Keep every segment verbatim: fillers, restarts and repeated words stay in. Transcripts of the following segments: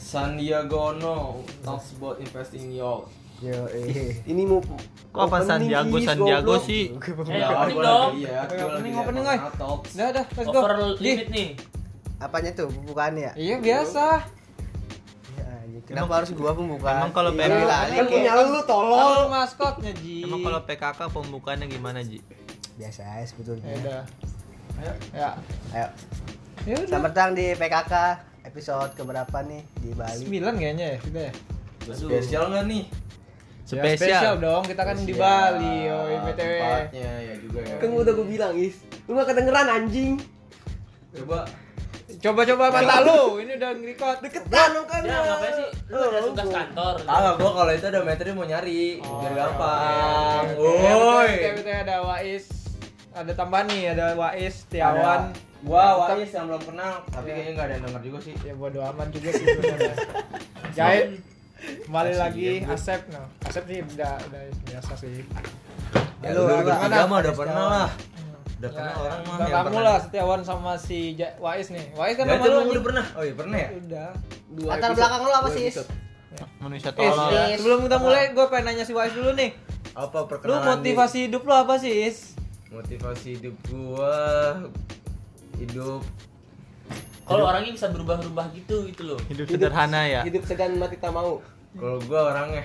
Sandiaga Uno talks about investing in your. Yo, eh. Ini mau Kok apa Sandiago Sandiago sih? Eh, opening dong. Iya, Opening, opening, guys. Udah, udah, let's go. Over limit nih. Apanya tuh pembukaannya ya? Iya, biasa. Ya, anjing. Kenapa harus gua pembukaan? Emang kalau Iya, P M lali, kan kayak- punya lu tolong. Lu maskotnya, Ji. Emang kalau P K K pembukaannya gimana, Ji? biasa aja sebetulnya. Ya udah. Ayo. Ya. Ayo. Ya udah. Selamat datang di P K K episode keberapa nih di Bali? sembilan kayaknya ya, kita ya. Spesial nggak nih? Ya, Spesial. spesial dong, kita kan di Bali, yoi B T W. Tempatnya ya juga ya. Kan udah gua bilang, Is. Lu gak kedengeran anjing. Coba. Coba-coba mata lu, ini udah nge-record. Deketan dong kan. Ya ngapain sih? Lu ada tugas kantor. Ah, gua kalau itu ada materi mau nyari, biar gampang. Woi. Woi. B T W ada Wais. Ada tambahan nih, ada Wais, Tiawan. Gua Wais yang belum kenal, tapi Ya. kayaknya enggak ada yang denger juga sih. Ya bodo amat juga sih sebenarnya. Jahit. Kembali Kasih lagi dia, Bu. Asep, no. Asep sih udah udah biasa sih. Ya Lu lu gimana? bertiga mah udah pernah lah. Udah Ya, pernah orang mah. udah yang kamu pernah. lah Setiawan sama si Ja- Wais nih. Wais kan Ya sama itu lu emang anjing. udah pernah. Oh iya pernah ya? Udah. Dua Latar episode. belakang lu apa Dua sih, Is? episode. Manusia Eh, tolol. Is. sebelum kita mulai, gue pengen nanya si Wais dulu nih. Apa Lu perkenalan? motivasi hidup lu apa sih, Is? di- motivasi hidup gua hidup Kalau orangnya bisa berubah-ubah gitu gitu loh. Hidup sederhana ya. Hidup segan mati tak mau. kalau gua orangnya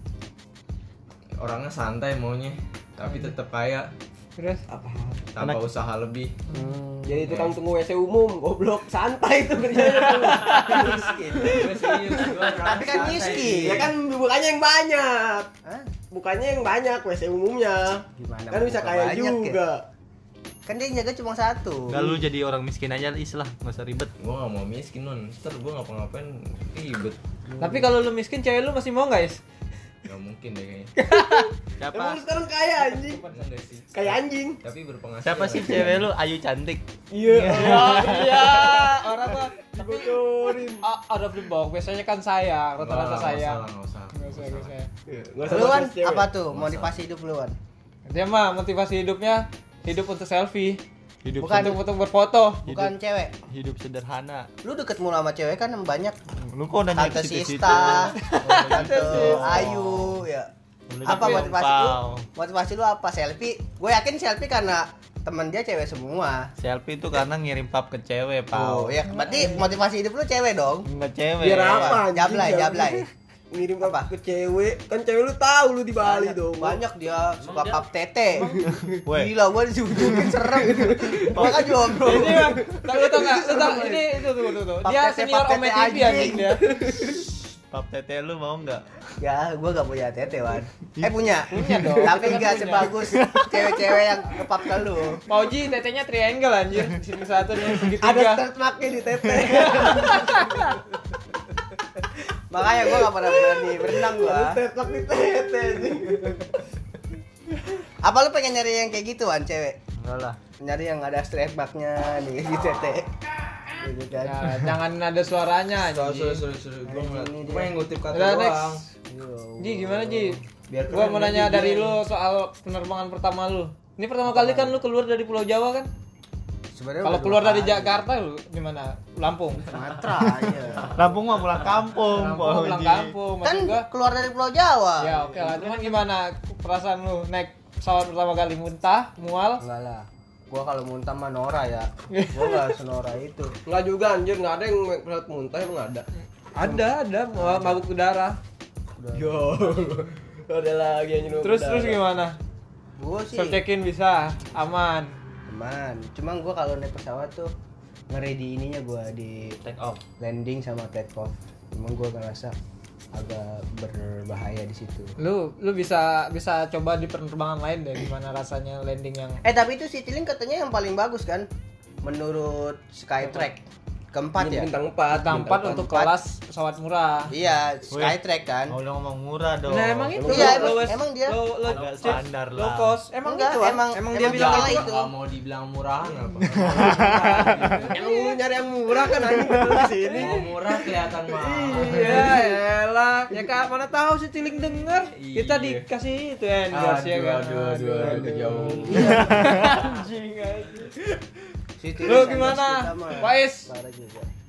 orangnya santai maunya, tapi tetap kaya Terus Apa? tanpa Anak- usaha lebih. Hmm, jadi tukang tunggu W C umum, goblok, santai itu kerjanya. Miskin. Gua serius, gua orangnya Tapi kan santai. miskin. Ya kan bukannya yang banyak. Hah? Bukannya yang banyak W C umumnya. Gimana? Kan bisa buka kaya banyak ya? juga. Kan dia yang jaga cuma satu. Enggak, lu jadi orang miskin aja Is lah, enggak usah ribet. Gua gak mau miskin non, ntar gua ngapa-ngapain ribet. tapi kalau lu miskin, cewek lu masih mau guys? Gak mungkin deh kayaknya. Siapa? Emang lu sekarang kaya anjing. Enggak sih. Kayak anjing. Tapi berpenghasilan. Siapa sih cewek lu? Ayu cantik. Iya. Iya, orang mah tapi ah, out of the box. Biasanya kan saya, rata-rata saya. Enggak usah, Nggak usah, nggak usah. Gak usah Lu Wan, bahas cewek. apa tuh motivasi hidup lu Wan? Dia mah motivasi hidupnya hidup untuk selfie, Hidup Bukan. untuk untuk berfoto. Bukan cewek. hidup sederhana. Lu deket mulu sama cewek kan banyak. Lu kok nanya Tante ke situ-situ? Sista, Tante Sista. Ayu, ya. Mulai Apa dari motivasi lu? jempol. Motivasi lu apa? Selfie? Gue yakin selfie karena teman dia cewek semua. Selfie itu karena ngirim pap ke cewek, Oh, Pau. ya berarti motivasi hidup lu cewek dong. Enggak cewek. Biar apa anjing? Jablay, Selfie. jablay. Ngirim ke, Apa? ke cewek. Kan cewek lu tahu lu di Bali Banyak, dong. banyak dia suka dia- pap tete. Weh. Gila, gua disebut-sebutin serem. Makanya jomblo. Ini mah, tak lu tau nggak? Lu tau ini itu tuh tuh tuh. Pap Dia tete, senior pap Ome tete T V anjing. anjing dia. Pap tete lu mau enggak? Ya, gua gak punya tete, Wan. Eh punya. Punya dong. Tapi Kan enggak punya. sebagus cewek-cewek yang ngepap ke lu. Pauji tetenya triangle anjir. Di sini satu di sini Ada segitiga. start marknya di tete. Makanya gua gak pernah berani berenang Ada gua. start mark di tete anjing. Apa lu pengen nyari yang kayak gitu, Wan, cewek? Enggak lah. Nyari yang ada strike marknya nih di tete. Gitu kan. Ya, jangan ada suaranya Sorry, anjing. sorry, sorry, sorry. Gua Anjing nggak, ini gua dia. yang ngutip kata Udah, doang. next. Ji, gimana Ji? Biar Gua keren, mau nanya biar dari keren. lu soal penerbangan pertama lu. Ini pertama kali kan lu keluar dari Pulau Jawa kan? Sebenarnya Kalau udah keluar dua dari kali. Jakarta lu gimana? Lampung. Sumatera aja. Lampung mah pulang kampung, Lampung pulang Pauji. kampung. Kan Maksud gua, keluar dari Pulau Jawa. ya oke lah. Cuman gimana perasaan lu naik pesawat pertama kali, muntah, mual? Enggak lah. Gua kalau muntah mah Nora ya. Gua enggak senora itu. Enggak juga anjir, enggak ada yang pesawat muntah emang ada. Ada, ada ma- mabuk udara. Yo. Ada lagi yang nyuruh. Terus terus gimana? Gua sih Self check in bisa, aman. aman. Cuma gua kalau naik pesawat tuh ngeri di ininya gua di Take off. landing sama take off. Emang gua ngerasa agak berbahaya di situ. Lu lu bisa bisa coba di penerbangan lain deh gimana rasanya landing yang Eh tapi itu Citylink katanya yang paling bagus kan? Menurut Skytrack. Keempat ya? Bintang empat. bintang empat untuk kelas pesawat murah. Iya, Skytrack kan. Oh, udah ngomong murah dong. Nah, emang itu Iya, low- emang- lowest- emang dia- low, low, Agak cheap, standar low lah. cost. Emang Enggak, itu kan? emang- emang, emang dia dia bilang kalah itu. itu. Nggak mau dibilang murahan apa? Emang lu nyari yang murah kan anjing betul di sini. Mau murah kelihatan mahal. Iya, elah. Ya kak, mana tahu si Ciling denger. Kita Iya. dikasih itu endorse ya kan. Aduh, aduh, aduh, aduh, kejauh. Anjing, anjing. Citylink Lu endorse gimana? kita mah Wais? parah juga.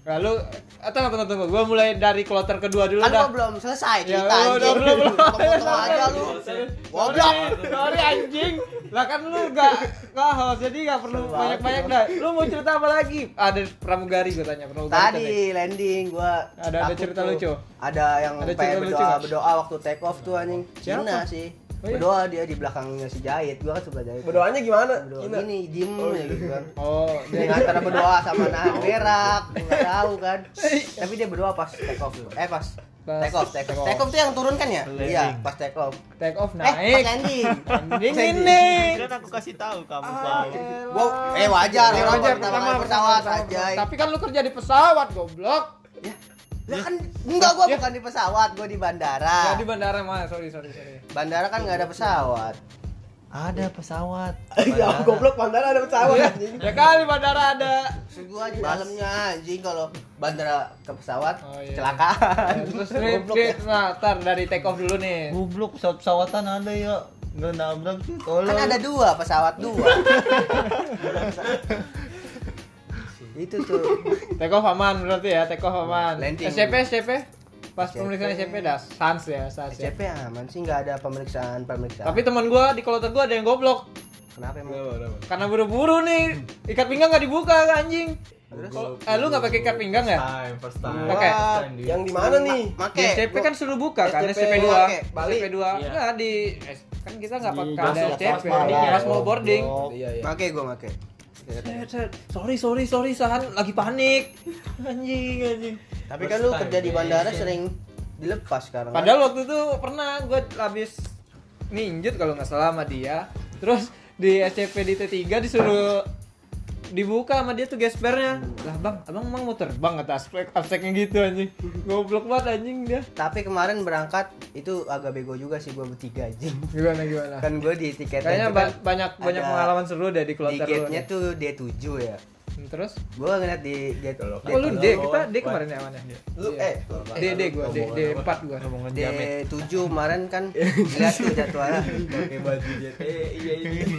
Lalu, atau tunggu tunggu, gua mulai dari kloter kedua dulu Kan dah. gua belum selesai Ya, cerita udah, anjing. belum, belum. Potong-potong aja lu. Goblok. Sorry anjing. Lah kan lu gak gak host jadi gak perlu banyak-banyak dah. Lu mau cerita apa lagi? Ada pramugari gua tanya pramugari. Tadi tadi. landing gua Ada- ada takut cerita tuh. lucu? Ada yang Ada kayak cerita lucu berdoa nggak? berdoa waktu take off tuh anjing. Siapa? Cina sih. Oh, iya? Berdoa dia di belakangnya si Jahit. Gua kan sebelah Jahit. Berdoanya gimana? Berdoa Gina. gini diem ya gitu kan. Oh, Dia antara berdoa sama nahan berak, nggak tahu kan. Tapi dia berdoa pas take off. Eh pas Pas take off, take take off. off. Take off tuh yang turun kan ya? Landing. Iya, pas take off. take off Eh, pas naik. landing. Landing ini. Kan aku kasih tahu kamu Ah, tahu. Gua eh wajar, Ya, orang wajar pertama pertama kali pesawat pertama, aja. Tapi kan lu kerja di pesawat, goblok. Lah kan enggak gua Ya. bukan di pesawat, gua di bandara. Ya di bandara mah, sorry sorry sorry. Bandara kan nggak ada pesawat. Ada pesawat. Ya goblok bandara ada pesawat anjing. Ya kali bandara ada. Maksud gua di dalamnya anjing kalau bandara ke pesawat Oh, iya. kecelakaan. Ya, terus nih, Dit, nah, tar dari take off dulu nih. Goblok pesawat-pesawatan ada ya. Nggak nabrak tuh. Tolong. Kan ada dua pesawat dua. Itu tuh. Take off aman berarti ya, take off aman. Landing. S C P S C P pas S C P. pemeriksaan S C P dah sans ya, sans S ya. C P aman sih nggak ada pemeriksaan pemeriksaan. Tapi teman gua di kloter gua ada yang goblok. Kenapa emang? Karena buru-buru nih, ikat pinggang nggak dibuka anjing. Kalau- eh lu nggak pakai ikat pinggang ya? Time, first time. Pakai. Wah, yang di mana nih? Make. Di S C P kan suruh buka kan, S C P S C P dua. pakai, balik. S C P dua. Iya. Enggak di S- kan kita nggak Di pakai pas- ada S C P. pas boarding ya. Pas mau boarding. Iya, iya. Make gua make. Set, set. Sorry, sorry, sorry, Sahan lagi panik. Anjing, anjing. Tapi kan lu kerja di bandara sering dilepas sekarang. kan? Padahal waktu itu pernah gue habis ninjut kalau nggak salah sama dia. Terus di S C P di T tiga disuruh dibuka sama dia tuh gespernya. Lah bang, abang emang mau terbang kata aspek aspeknya gitu anjing. Goblok banget anjing dia. Tapi kemarin berangkat itu agak bego juga sih gua bertiga anjing. Gimana gimana? Kan gua di tiketnya Kayaknya itu kan ba- banyak banyak ada- pengalaman seru deh di di kloter lu. gate-nya nih. tuh D tujuh ya. Hmm, Terus? Gua ngeliat di gate Oh lu D, kita D kemarin ya mana? Lu Iya. eh D D gua, D D empat gua. Ngomongin D jamet. tujuh kemarin kan lihat tuh jadwalnya. Pakai baju J T I, iya ini.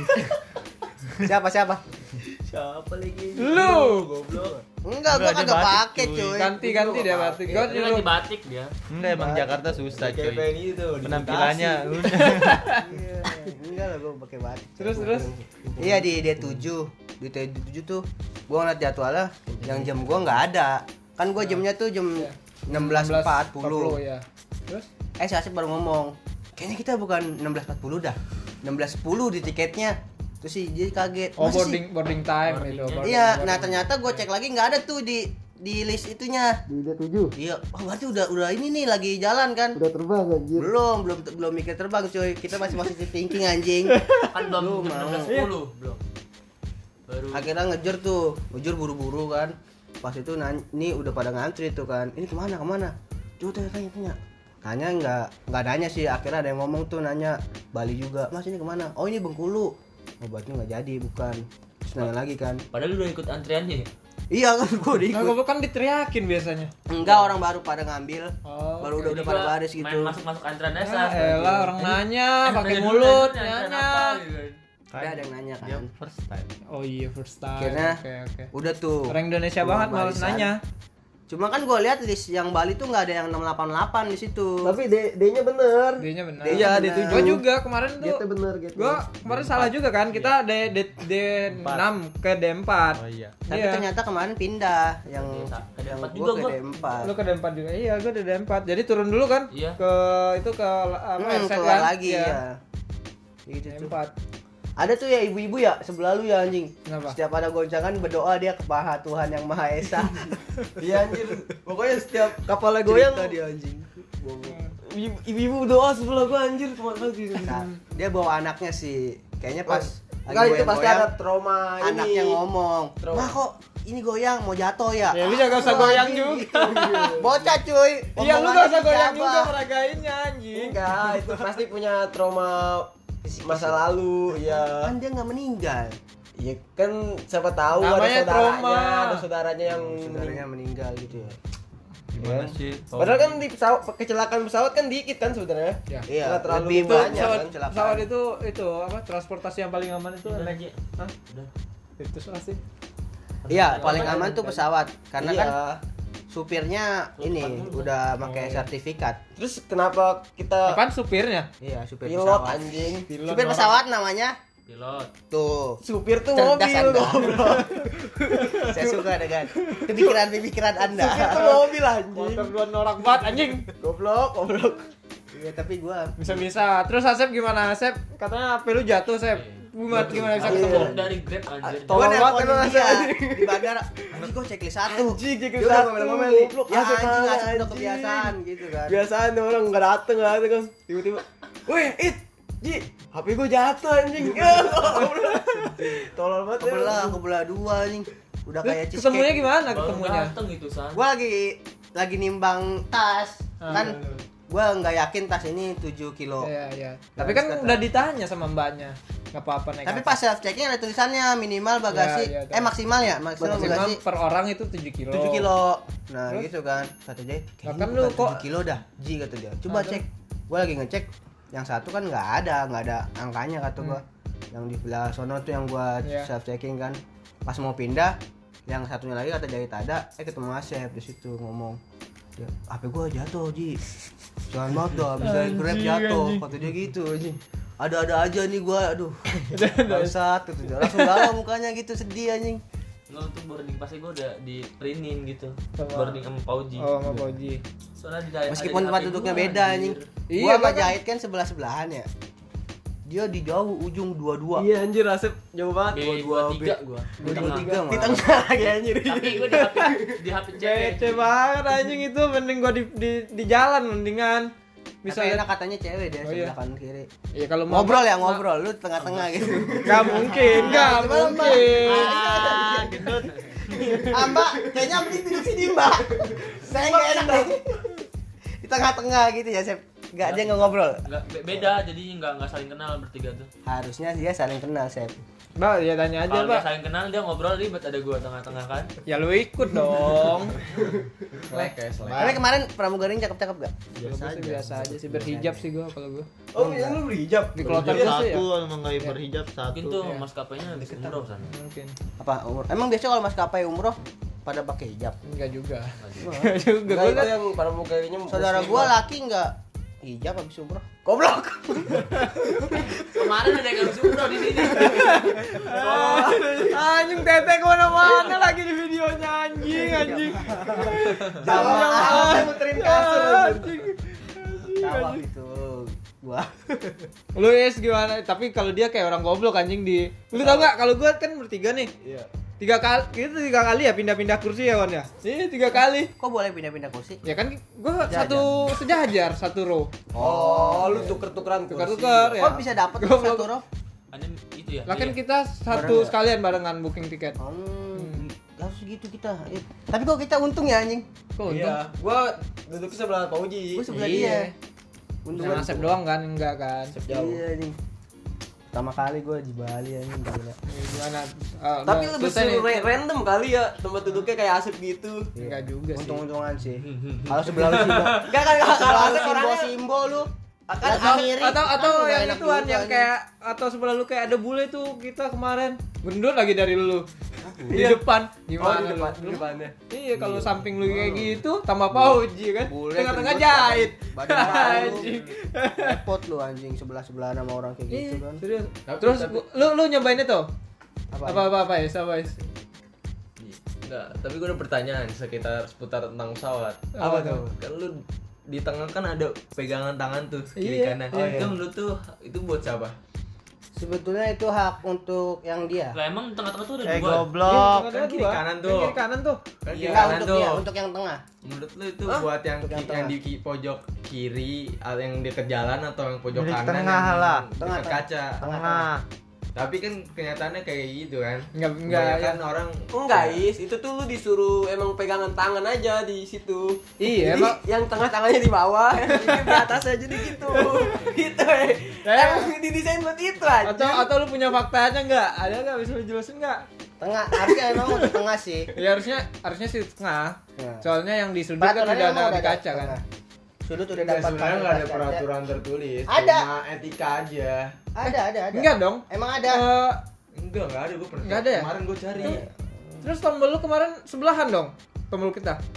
Siapa siapa? Siapa lagi? Lu. Goblok. Enggak, gua Enggak, dia kagak batik, pakai cuy. cuy. Ganti-ganti dia batik. Gua Dia dulu lagi batik dia. Enggak emang Jakarta susah Kayak coy. pengen itu di Penampilannya Bekasi. Iya, enggak lah gua pakai batik. terus terus. Iya di D tujuh. Di D tujuh tuh gua ngeliat jadwalnya yang jam gua nggak ada. Kan gua jamnya tuh jam Iya. enam belas empat puluh. ya. Terus? Eh si Asep baru ngomong, kayaknya kita bukan enam belas empat puluh dah. enam belas sepuluh di tiketnya. Terus sih jadi kaget. Oh Masa sih? boarding boarding time Boardingnya. itu. boarding- Iya, boarding. nah ternyata gue cek lagi nggak ada tuh di di list itunya. di D tujuh Iya, oh berarti udah udah ini nih lagi jalan kan? udah terbang anjir. Belum, belum belum mikir terbang cuy. Kita masih positive thinking anjing. Kan belum Lu jam mau. enam belas sepuluh belum. Baru Akhirnya ngejar tuh, ngejar buru-buru kan. Pas itu nanya, ini udah pada ngantri tuh kan. Ini kemana kemana? Coba tanya tanya tanya. Tanya nggak nggak nanya sih. Akhirnya ada yang ngomong tuh nanya Bali juga. Mas ini kemana? Oh ini Bengkulu. Obatnya nggak jadi bukan. Terus nanya lagi kan. padahal lu udah ikut antriannya ya. Iya kan gue Nah, ikut. gua kan diteriakin biasanya. Enggak orang baru pada ngambil. Oh. Baru udah Jadi udah pada gua baris gitu. Main masuk-masuk antrean aja. Ya elah orang nanya Eh, pakai nanya dulu, mulut nanya, antrean nanya. apa, gitu kan. Ada ada yang nanya Dia kan. first time. Oh iya first time. Akhirnya Oke oke. udah tuh. Orang Indonesia Keluar banget malas barisan. nanya. Cuma kan gue lihat list yang Bali tuh nggak ada yang enam delapan delapan di situ. Tapi D D-nya bener. D-nya benar. Iya, D benar. tujuh. Gua juga kemarin tuh. G T bener gitu. Gua kemarin salah juga kan. Kita D D D enam ke D empat. Oh iya. Tapi Iya. ternyata kemarin pindah yang Ke D yang empat gue juga ke gua. D empat. Lu ke D empat juga. Iya, gua di D empat. Jadi turun dulu kan? Iya. Ke itu ke apa Hmm, headset keluar kan? lagi Iya. ya. Gitu D tuh. empat. Ada tuh ya ibu-ibu ya sebelah lu ya anjing. Kenapa? Setiap ada goncangan berdoa dia ke paha Tuhan yang Maha Esa. Iya anjir. Pokoknya setiap kapalnya Goyang goyang dia anjing. ibu- ibu-ibu doa sebelah gua anjir cuma gitu. Nah, dia bawa anaknya sih. Kayaknya pas Enggak itu pasti goyang-goyang, ada trauma ini. anaknya ngomong, Trauma. "Mah kok ini goyang mau jatuh ya?" Ya lu jangan usah Wah, goyang anjing, juga. gitu. Bocah cuy. Iya, lu Omongannya gak usah goyang dijabah. juga meragainnya anjing. Enggak, itu pasti punya trauma masa lalu ya. Kan dia nggak meninggal. Ya kan siapa tahu Namanya ada saudaranya, trauma. ada saudaranya yang Saudaranya meninggal gitu ya. Gimana Iya. sih? Padahal kan di pesawat kecelakaan pesawat kan dikit kan sebenarnya. Ya. Iya, Nggak terlalu lebih banyak banyak pesawat, kan kecelakaan. pesawat itu itu apa transportasi yang paling aman itu Udah naik aja. Hah? Udah. itu pasti Iya, paling aman tuh pesawat karena Iya. kan supirnya ini udah pakai sertifikat. Terus kenapa kita Apaan supirnya? Iya, supir pilot pesawat. anjing? Supir pesawat namanya Pilot. tuh. Supir tuh Cerdas mobil Anda. goblok. Saya suka dengan pemikiran-pemikiran Anda. Supir tuh mobil anjing. Motor dua norak banget anjing. Goblok, goblok. Iya, tapi gua Bisa-bisa. Terus Asep gimana? Asep katanya H P lu jatuh, Sep. Bumat gimana bisa Aku ketemu? dari Grab anjir. gua Tolong banget nelponin emang dia Asep. di bandara. Anjing gua checklist satu. Anjing, checklist Dia udah satu. ngomel-ngomel nih. Goblok, Ya Asep anjing, mana, Asep udah anjing. kebiasaan gitu kan. Biasaan tuh orang nggak dateng nggak dateng kan. Tiba-tiba, weh, it, Ji, H P gua jatuh anjing. Tolol banget. ya. Kebelah, kebelah dua anjing. Udah kayak cheesecake. Ketemunya gimana Baru ketemunya? dateng itu san. Gua lagi lagi nimbang tas. Ah. Kan gua nggak yakin tas ini tujuh kilo. Iya, iya. Tapi kan kata- udah ditanya sama mbaknya. Enggak apa-apa naik. Tapi atas. pas self checknya ada tulisannya minimal bagasi. Ya, ya, eh tahu. maksimal ya, maksimal maksimal bagasi per orang itu tujuh kilo. tujuh kilo. Nah, Terus? gitu kan. Kata dia, Lah, kayaknya kan bukan lu kok- tujuh kilo dah. Ji kata dia. Coba Ah, cek. Gua lagi ngecek. Yang satu kan nggak ada, nggak ada angkanya kata gua. Yang di sebelah sono tuh yang gua Hmm. Iya. self checking kan. Pas mau pindah, yang satunya lagi kata jahit ada, eh ketemu Asep di situ ngomong. Dia, H P gua jatuh, Ji. Jangan banget dah, bisa Grab jatuh. Kata dia gitu, Ji. Ada-ada aja nih gua, aduh. Bangsat, kata dia. Langsung galau mukanya gitu, sedih anjing. Nggak, untuk boarding passnya gue udah di printin gitu. Sama- Boarding sama Pauji. Oh, sama Pauji. Soalnya di ada Meskipun di tempat H P duduknya gua, beda anjing. Iya, Gua sama kan? Jahit kan sebelah-sebelahan ya. Dia di jauh ujung dua-dua. Iya anjir, Asep jauh banget. B dua tiga gue. Di tiga Di tengah lagi anjir. Tapi gue di H P di H P cewek. Bete banget anjing itu, mending gua di di, di jalan mendingan. Bisa Bisa enak katanya cewek deh Oh, iya. sebelah kanan kiri. Iya kalau mau Ngobrol ya ngobrol, lu tengah-tengah gitu. Enggak mungkin, enggak Gimana, Mbak? mungkin. Ah, gendut. Ah, Mbak, kayaknya mending duduk sini, Mbak. Saya enggak enak deh. Di tengah-tengah gitu ya, Sep. Enggak dia enggak ngobrol. Enggak be- beda jadinya enggak enggak saling kenal bertiga tuh. Harusnya dia saling kenal, Sep. Mbak, ya tanya aja, Kalau Mbak. dia saling kenal dia ngobrol ribet, ada gua tengah-tengah kan. Ya lu ikut dong. Selek ya, selek. Tapi kemarin pramugari cakep-cakep gak? Biasa aja, biasa aja sih berhijab sih gua kalau gua. Oh, yang lu berhijab. Di kloter gua sih ya. Satu emang nggak berhijab satu. Mungkin tuh maskapainya lebih umroh sana. Mungkin. Apa umur? Emang biasa kalau maskapai umroh pada pakai hijab. Enggak juga. Enggak juga. Enggak, Gua itu kan yang para mukanya Saudara gua laki enggak hijab habis umroh. goblok. Kemarin ada yang habis umroh di sini. anjing tete kemana-mana lagi di videonya anjing anjing. Sama Ah, muterin kasur. anjing. Tawa itu gua. Lu es gimana? Tapi kalau dia kayak orang goblok anjing di. Lu tau gak kalau gua kan bertiga nih. Iya. Tiga kali, kita tiga kali ya pindah-pindah kursi ya Wan ya. Iya tiga kali. Kok boleh pindah-pindah kursi? Ya kan gua satu sejajar satu row. Oh, lu tuker-tukeran kursi. Tukar-tukar ya. Kok bisa dapat Goblok. satu row? Ada itu ya. Lah kan iya. kita satu Barengan. sekalian barengan booking tiket. Hmm, harus gitu kita. Eh, tapi kok kita untung ya anjing? Kok untung? Iya, gua duduk sebelah Pak Uji. Gua sebelah Iya. dia. Untung Yang Asep doang kan enggak kan? Jauh. Iya anjing. Pertama kali gua di Bali anjing gila. Ya, gimana? Ah, Tapi udah, lebih selesai nih. seru ra- random kali ya tempat duduknya kayak Asep gitu. Enggak juga sih. Untung-untungan sih. Kalau sebelah lu simbo. Enggak kan kalau Sebelah lu Asep simbo orangnya simbo lu. Kan Lagi Asep- ngiri. atau atau Kan nggak yang enak ituan juga, yang anjing. kayak atau sebelah lu kayak ada bule tuh kita kemarin gendut lagi dari lu di Iya. depan Oh, gimana di depan, lu? di depannya. Iya kalau samping lu kayak gitu tambah pauji kan Bule tengah-tengah gendut, jahit badan baru. anjing Repot lu anjing sebelah-sebelahan sama orang kayak gitu Iya, kan. serius Tapi- terus tapi- gua- lu lu nyobain itu Apa? apa apa apa ya apa ya Enggak, tapi gue ada pertanyaan sekitar seputar tentang pesawat. Apa tuh? Kan lu di tengah kan ada pegangan tangan tuh kiri Iya, kanan. iya. Itu menurut tuh itu buat siapa? Sebetulnya itu hak untuk yang dia. Lah emang tengah-tengah tuh ada Eh dua. goblok. Iya, kan ada kiri dua. kanan Yang tuh. kiri kanan tuh Kan kiri Enggak kanan untuk tuh. dia, untuk yang tengah. Menurut lu itu Hah? buat yang Untuk yang ki- tengah. yang di ki- pojok kiri atau yang dekat jalan atau yang pojok Di kanan tengah yang lah. dekat Tengah, kaca. Tengah. Tapi kan kenyataannya kayak gitu kan. Enggak enggak Kan orang Enggak, Is. Itu tuh lu disuruh emang pegangan tangan aja di situ. Iya, Jadi, emang yang tengah tangannya di bawah, yang ini di atas aja di gitu. Gitu, eh. Ya. Emang didesain buat itu aja. atau atau lu punya faktanya enggak ada enggak bisa lu jelasin enggak Tengah, harusnya emang untuk tengah sih. ya harusnya harusnya sih tengah Ya. soalnya yang di sudut kan Peraturannya udah emang ada di ada kaca kan tengah. Sudut udah Enggak, dapat sebenarnya nggak ada kaca. peraturan tertulis. Ada. Cuma etika aja. Ada, ada, ada. enggak dong Emang ada. Eh, Enggak, enggak ada gue pernah. Nggak ada ya? Kemarin gue cari. terus tombol lu kemarin sebelahan dong tombol kita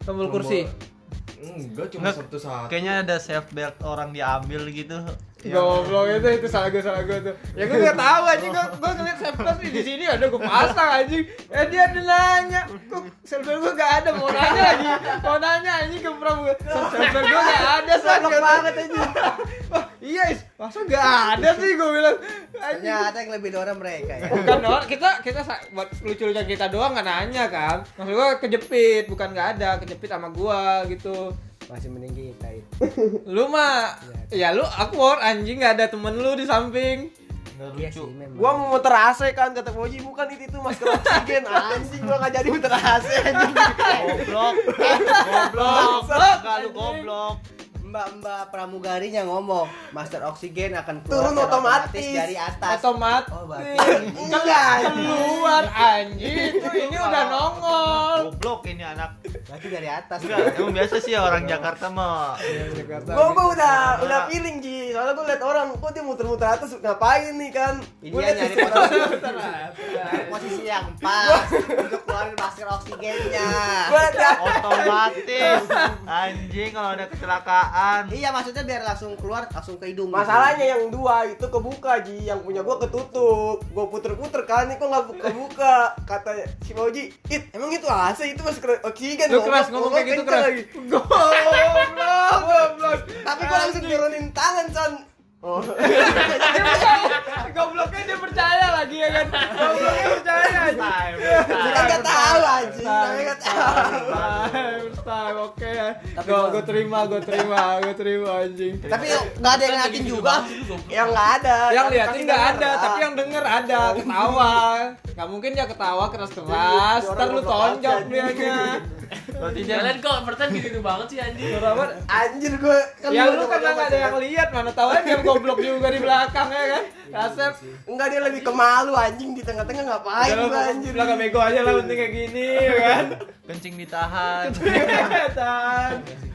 tombol kursi. Enggak, cuma Nggak, satu-satu. Kayaknya ada save belt orang diambil gitu. Goblok itu itu salah gue salah gue tuh. Ya gue nggak tahu anjing, gue gue ngeliat safeguard di sini ada gue pasang anjing. Eh dia ada nanya, kok safeguard gue nggak ada, mau nanya lagi, mau nanya anjing ke pram gue. Safeguard gue nggak ada, goblok banget anjing. Wah iya is, masa nggak ada sih gue bilang. Anjing. Ternyata yang lebih orang mereka ya. Bukan doang, kita kita sa- buat lucu-lucuan kita doang nggak nanya kan. Maksud gue kejepit, bukan nggak ada, kejepit sama gua gitu. Masih mending kita itu. Lu mah, ya lu awkward anjing, nggak ada temen lu di samping. Nggak Iya lucu. sih memang. Gua mau muter A C kan, kata Moji bukan itu itu masker oksigen anjing, gua enggak jadi muter A C anjing. Goblok. Goblok. Enggak lu goblok. Mbak-mbak pramugarinya ngomong, master oksigen akan Turun secara otomatis. dari atas. Otomat. Oh, berarti. Enggak keluar anjing, itu ini udah nongol. Goblok ini anak. Berarti dari atas. Enggak, emang biasa sih orang Jakarta mah. Gua gua udah udah feeling Ji. Soalnya gua liat orang kok dia muter-muter atas ngapain nih kan. Ini Gua dia liat nyari di posisi, Iya. posisi yang pas untuk keluarin masker oksigennya. Gua liat dia Otomatis. Anjing kalau ada kecelakaan. Iya, maksudnya biar langsung keluar, langsung ke hidung. masalahnya yang dua itu kebuka Ji, yang punya gua ketutup. Gua puter-puter kan, ini kok nggak kebuka. Kata si Moji, "It, emang itu A C, itu masker oksigen." Lu keras ngomong kayak gitu keras. Goblok, goblok. Tapi gua langsung turunin tangan, Son. Oh. Gobloknya dia percaya lagi ya kan. Gobloknya percaya aja. Kan enggak tahu anjing, tapi enggak tahu. First time, oke. Gue gue terima, gue terima, gue terima anjing. Tapi nggak ada yang ngeliatin juga. Yang enggak ada. Yang Tapi liatin pasti nggak denger ada, lah. tapi yang denger ada, ketawa. Gak mungkin dia ketawa keras-keras. Ntar lu tonjok dianya. Berarti dia Kalian kok pertanyaan gitu banget sih anjing. Berapa? Anjir gue kan Ya lu udah karena coba nggak ada yang coba. lihat, mana tahu aja dia goblok juga di belakang ya kan. Asep. Enggak, dia lebih ke malu anjing, di tengah-tengah ngapain Udah gua lah, anjir. belakang bego aja lah, penting kayak gini ya kan. kencing ditahan. Kelihatan.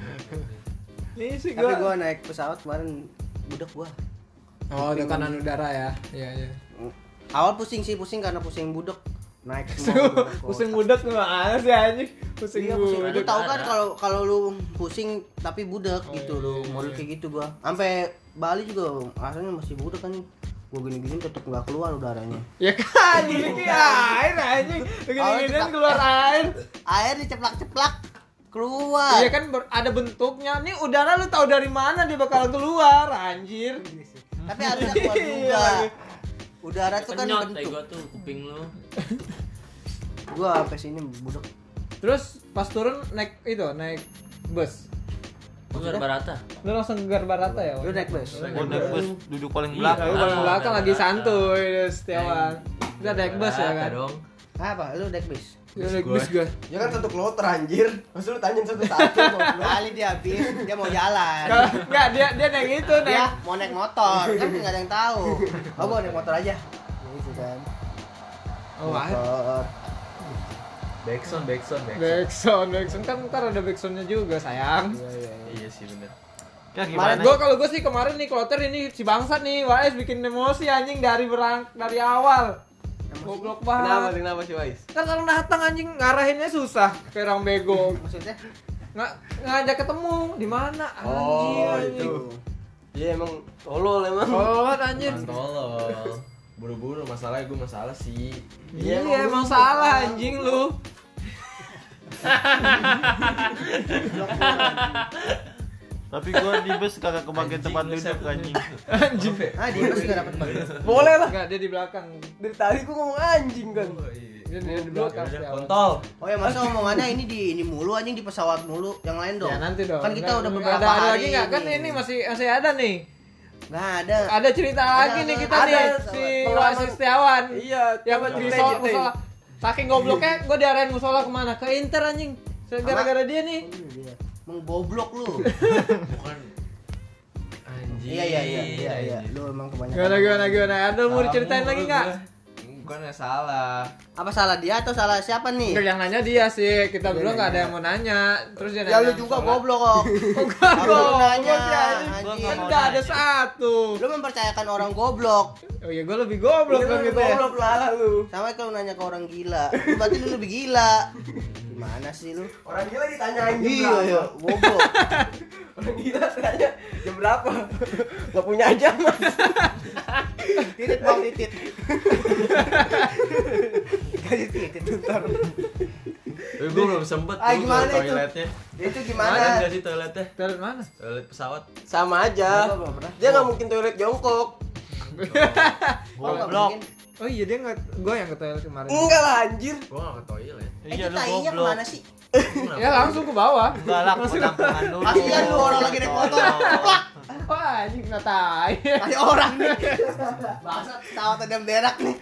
Ini sih Tapi gua. gua naik pesawat kemarin budak gua. Oh, tekanan udara ya. Iya, iya. Awal pusing sih, pusing karena pusing budak. Naik semua. Pusing budak gimana sih anjing? Pusing Iya, pusing. Lu budak. tahu kan kalau kalau lu pusing tapi budak Oh, gitu iya, lu, iya, model iya. kayak gitu gua. Sampai Bali juga rasanya masih budak kan. Gua gini-gini tetep nggak keluar udaranya. Ya kan, ini air anjing. Begini-gini ceplak. keluar air. Air diceplak-ceplak keluar. Iya kan ber- ada bentuknya. Nih udara lu tahu dari mana dia bakal keluar, anjir. Tapi harusnya keluar Iya, juga. lagi. Udara tuh kan Kenyot, eh, bentuk. gua tuh kuping lu. Gua sampai sini budak. Terus pas turun naik itu, naik bus. Lu Barata. Lu langsung ke Garbarata ya? Lu naik bus. Gua naik bus duduk paling Iya, belakang. Lu paling belakang Ah, lagi Barata. santuy, Setiawan. Kita naik bus ya Barata kan? dong. Apa? Lu naik bus? Lu naik Bus bus gua. Ya kan satu kloter anjir. Masa lu tanyain satu-satu goblok. Kali dia habis, dia mau jalan. Enggak, dia dia naik itu, Dia naik. mau naik motor, kan nggak ada yang tahu. Oh, gua naik motor aja. Gitu kan. Oh, ah. Motor. Backsound, backsound, backsound. Backsound, backsound kan ntar ada backsoundnya juga sayang. Iya sih bener. Ya Kemarin gimana? gua kalau gua sih kemarin nih kloter ini si bangsat nih, W S bikin emosi anjing dari berang dari awal. Goblok Kenapa, banget. kenapa sih Wais? Kan orang datang anjing ngarahinnya susah, kayak orang bego. Maksudnya? Nggak ngajak ketemu di mana anjing. Oh, anjing. itu. Iya emang tolol emang. Oh, anjir. Tolol. Buru-buru masalahnya gue masalah sih. Iya, emang salah anjing lu. Tapi gua di bus kagak kebagian tempat lu, duduk Sep. anjing. Anjing. Ah, dia pasti nggak dapat bagi. Boleh lah. Enggak, dia di belakang. Dari tadi gua ngomong anjing kan. Oh, iya. Dia, dia di belakang. Udah, Setiawan. kontol. Oh ya, masa omongannya ini di ini mulu anjing, di pesawat mulu, yang lain dong. Ya nanti dong. Kan kita Nggak- udah nggak beberapa ada, ada hari. lagi nggak? Kan ini masih masih ada nih. Nggak ada. Ada cerita lagi Ada, nih kita ada. nih si Pengalaman. Wasis Setiawan. Iya, Yang coba di ceritain, so- ceritain. musola. Saking gobloknya gue diarahin musola kemana? Ke Inter anjing. Gara-gara dia nih. Oh, dia. Menggoblok lu. Bukan. Anjing. Iya iya iya iya iya. Lu emang kebanyakan. Gimana gimana gimana? Ada mau Salah diceritain mulu lagi gua. nggak? Bukan yang salah. Apa salah dia atau salah siapa nih? Enggak, yang nanya dia sih. Kita berdua nggak ada yang mau nanya. Terus dia Ya nanya. lu juga musola. goblok kok. Enggak Aku dong. nanya, Gua sih anjing. anjing. Kan nggak ada satu. Lu mempercayakan orang goblok. Oh iya, gue lebih goblok Lu kan lebih gitu ya. goblok lah lu. Sama kalau nanya ke orang gila. Lu berarti lu lebih gila. Gimana sih lu? Orang gila ditanyain jam Iya berapa. ya, goblok. Orang gila tanya jam berapa. Gak punya jam mas. Titit bang, titit. Kasih titit ntar. Eh, gue belum sempet Ah, tuh gimana ke itu? toiletnya. Itu Ada gimana? nggak sih toiletnya? Toilet mana? Toilet pesawat. Sama aja. Gua belum pernah. Dia nggak mungkin toilet jongkok. Oh, nggak Goblok. mungkin. Oh iya dia nggak, gue yang ke toilet kemarin. Enggak lah anjir. Gue nggak ke toilet. Eh, Iya itu lu tainya goblok. kemana sih? Ya langsung ke bawah. Galak penampungan dulu. Kasihan lu orang lagi naik motor. Plak. Wah anjing kena tai. Ada orang nih. Bangsat, pesawat ada yang berak nih.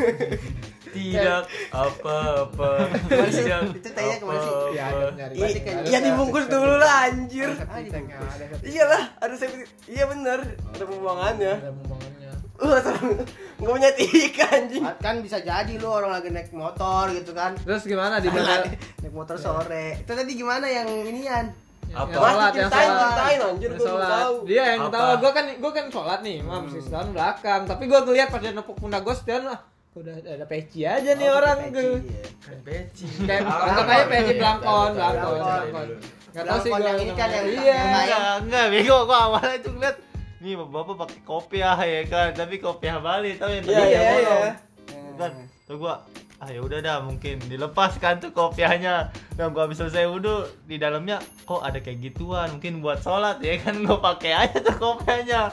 Tidak apa-apa. Gimana sih? Tidak Itu tainya kemana sih? Ya ada nyari. Pasti kayak- Iya dibungkus dulu lah anjir. Ah, dibungkus. Iyalah, ada safety. Iya bener, ada pembuangannya. Ada pembangunnya. Lu nggak punya tiga anjing. Kan bisa jadi lu orang lagi naik motor gitu kan. Terus gimana di mana? Naik motor sore. Itu tadi gimana yang inian? Apa? Yang sholat, Mas, yang ceritain, sholat. ceritain, anjir, Yang gua belum sholat. tahu. Dia yang Apa? ketawa, gue kan gue kan sholat nih, mam Hmm. sih setahun belakang. Tapi gue ngeliat pas dia nepuk pundak gue setan lah, udah ada peci aja nih Oh, orang pakai tuh. peci, iya. Kan peci. Kayak Ah, anggap aja peci iya, belangkon, tahu, tahu, belangkon, tahu, tahu, belangkon. tahu. Nggak tahu sih Belangkon gue. yang ini kan yang- Iya. yang lain. Enggak, enggak, bego gua awalnya tuh ngeliat nih bapak pakai kopiah ya kan, tapi kopiah Bali tahu yang Iya, tadi iya, yang iya. bolong. Kan, tuh gua ah ya udah dah mungkin dilepas kan tuh kopiahnya. Nah gua habis selesai wudhu di dalamnya kok ada kayak gituan, mungkin buat sholat ya kan, gua pakai aja tuh kopiahnya.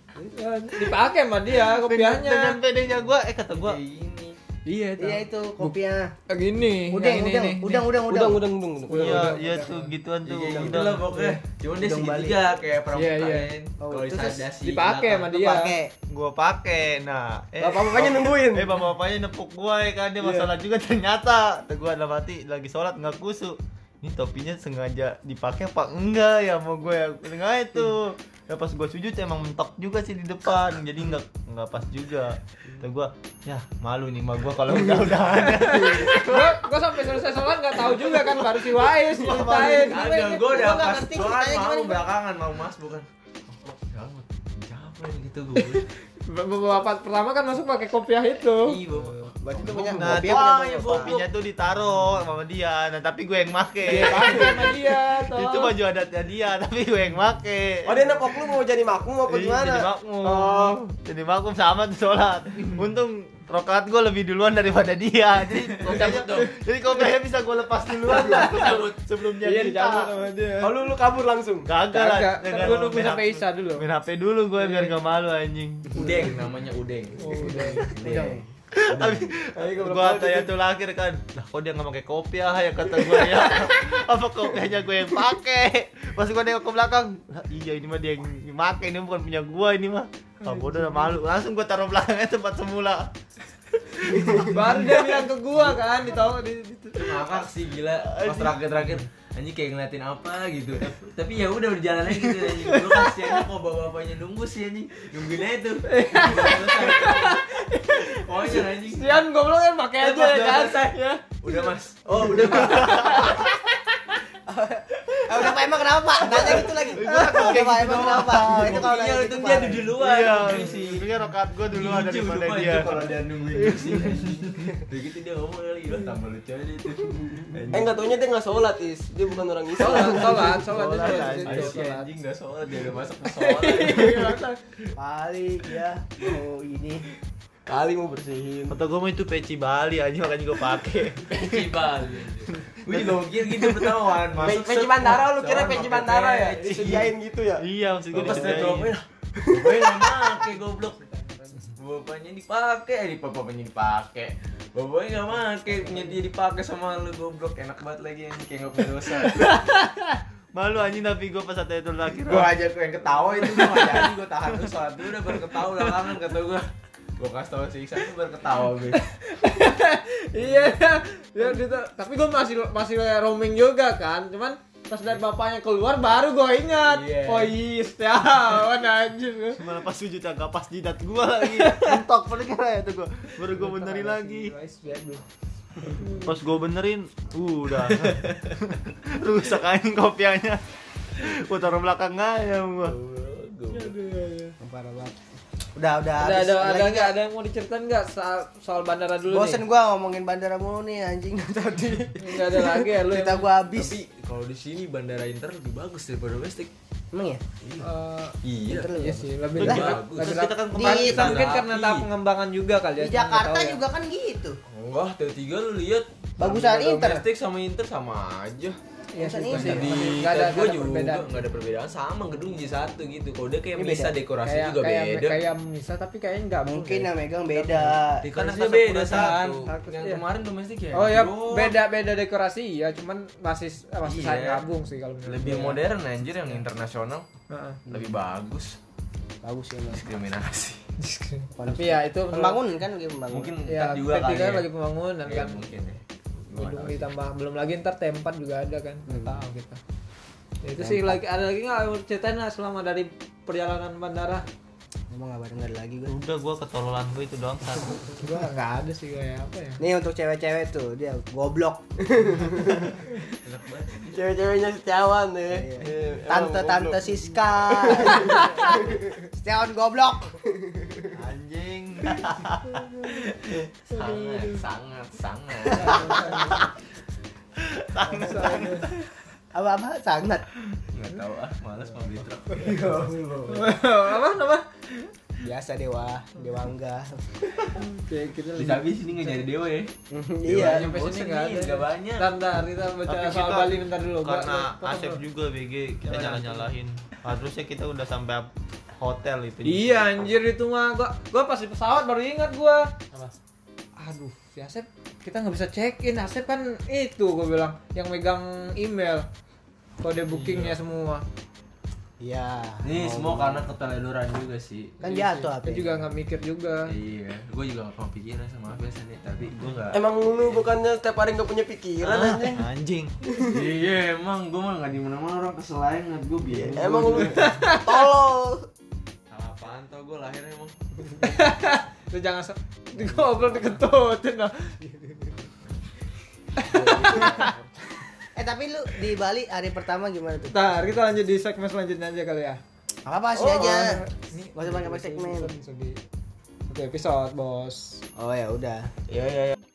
Dipakai sama dia Dengan kopiahnya. pedenya gua eh kata gua Iya Iya itu kopinya. Kayak gini. Udang, yang ini udang, nih. udang, udang, Udang, udang, udang, udang. iya iya tuh gituan tuh. Iya, gitu Udah. lah pokoknya. Cuman dia Udang Bali. segitiga kayak Iya, iya. permukaan. Oh, Kalau terus disadasi Dipakai sama Lu dia. pakai. Gua pakai. Nah, eh Bapak-bapaknya nungguin. Eh bapak-bapaknya nepuk gua ya kan, dia Iya. masalah juga ternyata. Kata gua dalam hati lagi sholat nggak kusuk. Ini topinya sengaja dipakai apa enggak ya mau gue ya sengaja tuh. Ya pas gua sujud emang mentok juga sih di depan, jadi nggak nggak pas juga. Kata gua, ya malu nih mah gua kalau udah udahan. Gue gue sampai selesai sholat nggak tahu juga kan baru si Wais ceritain. Ada, gue udah Gua nggak pas ngerti gua kan ceritanya mau gimana. belakangan mau mas bukan. Oh, jangan, capek gitu gue. Bapak pertama kan masuk pakai kopiah itu. Iya, Bapak. Berarti itu punya Nah, kopi dia apa punya punya bapak? kopinya tuh ditaruh sama dia. Nah, tapi gue yang make. Dia pakai sama dia toh. Itu baju adatnya dia, tapi gue yang make. Oh dia nepok lu mau jadi makmum apa Iya, gimana? Jadi makmum. Oh. Jadi makmum sama tuh sholat. Untung rokaat gue lebih duluan daripada dia. Jadi kopiahnya, dong. jadi kopiahnya bisa gue lepas duluan lah. Cabut. Sebelum Iya jadi dicabut sama dia. Oh lu lu kabur langsung. Gagal lah. Kagak, kan Dengan gue nunggu main sampai H P. Isya dulu. Main H P dulu gue biar gak malu anjing. Udeng namanya Udeng. Oh, udah. Udeng. Tapi gue tanya tuh lahir kan, lah kok dia nggak pakai kopiah ya kata gue ya. Apa kopiahnya gue yang pakai? Pas gue nengok ke belakang, lah iya ini mah dia yang pakai, ini bukan punya gue ini mah. Ah bodoh udah malu, langsung gue taruh belakangnya tempat semula. Baru dia bilang ke gua kan, ditahu di, di, Ngakak sih gila. Pas terakhir-terakhir anjing kayak ngeliatin apa gitu. Tapi, tapi ya udah berjalan aja gitu anjing. Lu kasihannya kok bapak-bapaknya nunggu sih anjing. Nungguin aja tuh. Oh iya anjing. Sian goblok kan pakai aja Pas ya udah kan. selesai. Ya. Udah mas. Oh udah mas. Eh, udah Pak emang kenapa Pak? Tanya gitu lagi. Udah Pak emang kenapa? Itu kalau Iya nanya itu gitu, dia Pak. di duluan. Iya, Nungguin sih. sebenarnya rokaat gue duluan Lucu, daripada lupa dia. itu kalau dia nungguin sih. Begitu dia ngomong kali, udah tambah lucu aja itu. Eh nggak taunya dia nggak sholat is, dia bukan orang Islam. Sholat, sholat, sholat, Sholat, sholat, anjing. sholat, Si sholat. anjing nggak sholat dia udah masuk ke sholat. Kali ya mau ini. Kali mau bersihin. Kata gue mah itu peci Bali aja makanya gue pakai. Cibal. Gue juga mikir gitu pertama Wan. Pe- Masuk Peci set, Bandara lu kira sholat peci pakai Bandara ya? peci. Disediain gitu ya? Iya, maksud Gue gue pas liat bapaknya, bapaknya nggak make goblok. Bapaknya dipakai, eh di bapaknya dipakai. Bapaknya nggak make, punya dia dipakai sama lu goblok. Enak banget lagi anjing kayak nggak punya dosa. Malu anjing tapi gue pas itu lagi. Gue aja gue yang ketawa itu gue nggak jadi, gue tahan dulu sholat dulu udah baru ketawa belakangan kata gue. Gue kasih tau si Iksan tuh baru ketawa gue. Iya, ya gitu. Tapi gue masih masih roaming juga kan. Cuman pas lihat bapaknya keluar baru gue ingat. Iya. Oh iya, setiawan anjir. Malah pas sujud agak pas jidat gue lagi. Mentok paling kira ya tuh gue. Baru gue benerin lagi. Pas gue benerin, uh, udah rusak aja kopiahnya. Gue taruh belakang ayam gue. Parah banget. Udah, udah. Ada habis. ada Lagi ada nggak? nggak ada yang mau diceritain nggak soal soal bandara dulu Bosen gua ngomongin bandara mulu nih anjing tadi. nih? Nggak ada lagi ya lu. Cerita yang- gua habis. Tapi kalau di sini bandara Inter lebih bagus daripada domestik. Emang ya? Eh, Iya. Inter lebih iya bagus. sih lebih Lebih lebih- bagus. lebih- Kita kan Di- Mungkin kita mungkin Rapi. karena tahap pengembangan juga kali ya. Di nggak Jakarta tahu ya. juga kan gitu. Enggak, T tiga lu lihat. Bagusan Bandara Inter. Domestik sama Inter sama aja. Iya sih, Bagusan pasti. Inter. Di Nggak ada gue nggak ada juga perbedaan. nggak ada perbedaan sama gedung J satu gitu. Kalau dia kayak Ini bisa beda. dekorasi Kayak juga kayak beda. kayak Misa tapi kayaknya nggak Mungkin yang megang beda. Dekorasinya Karena beda Kasapura san. satu. Yang Iya. kemarin domestik ya. Oh ya bro. beda beda dekorasi ya cuman masih masih Iya. saya gabung sih kalau menurut Lebih gue. modern anjir yang internasional. Heeh. Lebih bagus. Bagus ya, Mas. Diskriminasi. Tapi ya itu Pembangunan kan lagi pembangunan. Mungkin ya ntar juga P kali tiga ya. lagi pembangunan Iya, kan. mungkin ya. Gua nggak Gedung tahu. ditambah belum lagi ntar T empat juga ada kan. Nggak Hmm. tahu kita. Ya, itu sih lagi ada lagi nggak mau ceritain nggak selama dari perjalanan bandara? Emang enggak ada lagi gue. Udah gua ketololan gua itu doang satu. Gua nggak ada sih kayak apa ya. Nih untuk cewek-cewek tuh dia goblok. Cewek-ceweknya setiawan ya. Iya. Eh, emang Tante-tante goblok. Siska. Setiawan goblok. Anjing. Sangat, sangat, sangat. Apa-apa sangat. Nggak tahu ah, malas mau beli truk. apa apa? Biasa dewa, dewa enggak. Kayak kita Bisa habis ini nggak nyari dewa ya. Iya. sampai sini bosen nggak nih, ada. nggak banyak. Ntar, ntar kita baca Tapi soal kita- Bali bentar dulu. Gua- Karena gua- Asep juga B G kita nyalah-nyalahin. Harusnya kita udah sampai hotel itu. Iya anjir itu mah gua gua pas di pesawat baru ingat gua. Apa? Aduh, si Asep kita nggak bisa check in. Asep kan itu gua bilang yang megang email kode bookingnya semua. Iya. Ini semua karena keteledoran juga sih. Kan jatuh Dia H P. juga nggak mikir juga. Iya, gue juga gak kepikiran sama biasa nih, tapi gue gak. Emang lu bukannya setiap hari nggak punya pikiran Ah, anjing? anjing. Iya, emang gue mah gak di mana-mana orang keselain ngeliat gue biar. Emang lu tolol. Salah apaan tau gue lahirnya emang. Lu jangan se- digoblok diketutin lah. Eh tapi lu di Bali hari pertama gimana tuh? Ntar kita lanjut di segmen selanjutnya aja kali ya. Apa sih aja? Ini Gak usah pakai segmen. Oke, episode, bos. Oh ya udah. Iya, iya, iya.